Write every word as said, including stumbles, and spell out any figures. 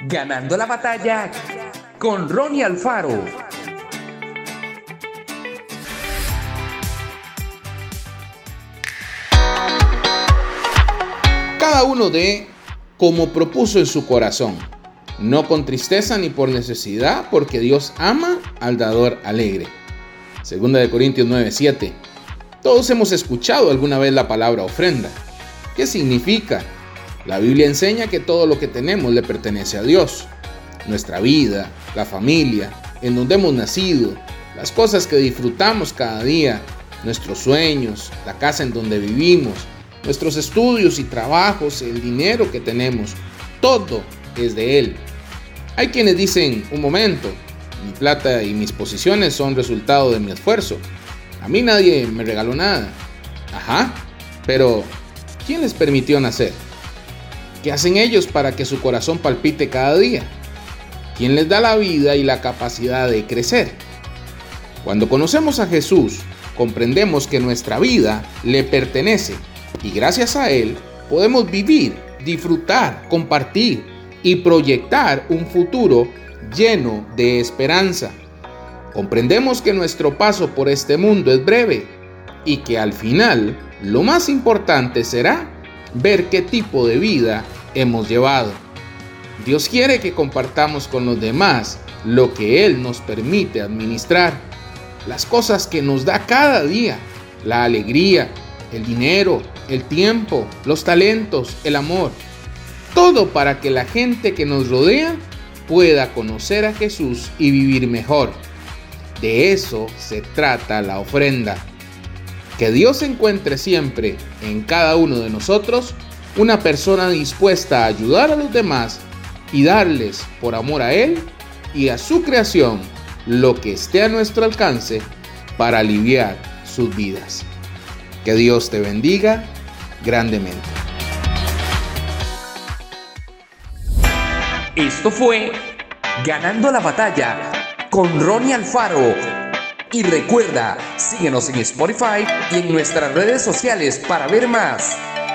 Ganando la batalla con Ronnie Alfaro. Cada uno dé como propuso en su corazón, no con tristeza ni por necesidad, porque Dios ama al dador alegre. Segunda de Corintios nueve siete. Todos hemos escuchado alguna vez la palabra ofrenda. ¿Qué significa? La Biblia enseña que todo lo que tenemos le pertenece a Dios. Nuestra vida, la familia, en donde hemos nacido, las cosas que disfrutamos cada día, nuestros sueños, la casa en donde vivimos, nuestros estudios y trabajos, el dinero que tenemos, todo es de Él. Hay quienes dicen, un momento, mi plata y mis posiciones son resultado de mi esfuerzo. A mí nadie me regaló nada. Ajá, pero ¿quién les permitió nacer? ¿Qué hacen ellos para que su corazón palpite cada día? ¿Quién les da la vida y la capacidad de crecer? Cuando conocemos a Jesús, comprendemos que nuestra vida le pertenece y gracias a Él podemos vivir, disfrutar, compartir y proyectar un futuro lleno de esperanza. Comprendemos que nuestro paso por este mundo es breve y que al final lo más importante será ver qué tipo de vida hemos llevado. Dios quiere que compartamos con los demás lo que Él nos permite administrar, las cosas que nos da cada día, la alegría, el dinero, el tiempo, los talentos, el amor, todo para que la gente que nos rodea pueda conocer a Jesús y vivir mejor. De eso se trata la ofrenda. Que Dios encuentre siempre en cada uno de nosotros una persona dispuesta a ayudar a los demás y darles, por amor a Él y a su creación, lo que esté a nuestro alcance para aliviar sus vidas. Que Dios te bendiga grandemente. Esto fue Ganando la batalla con Ronnie Alfaro. Y recuerda, síguenos en Spotify y en nuestras redes sociales para ver más.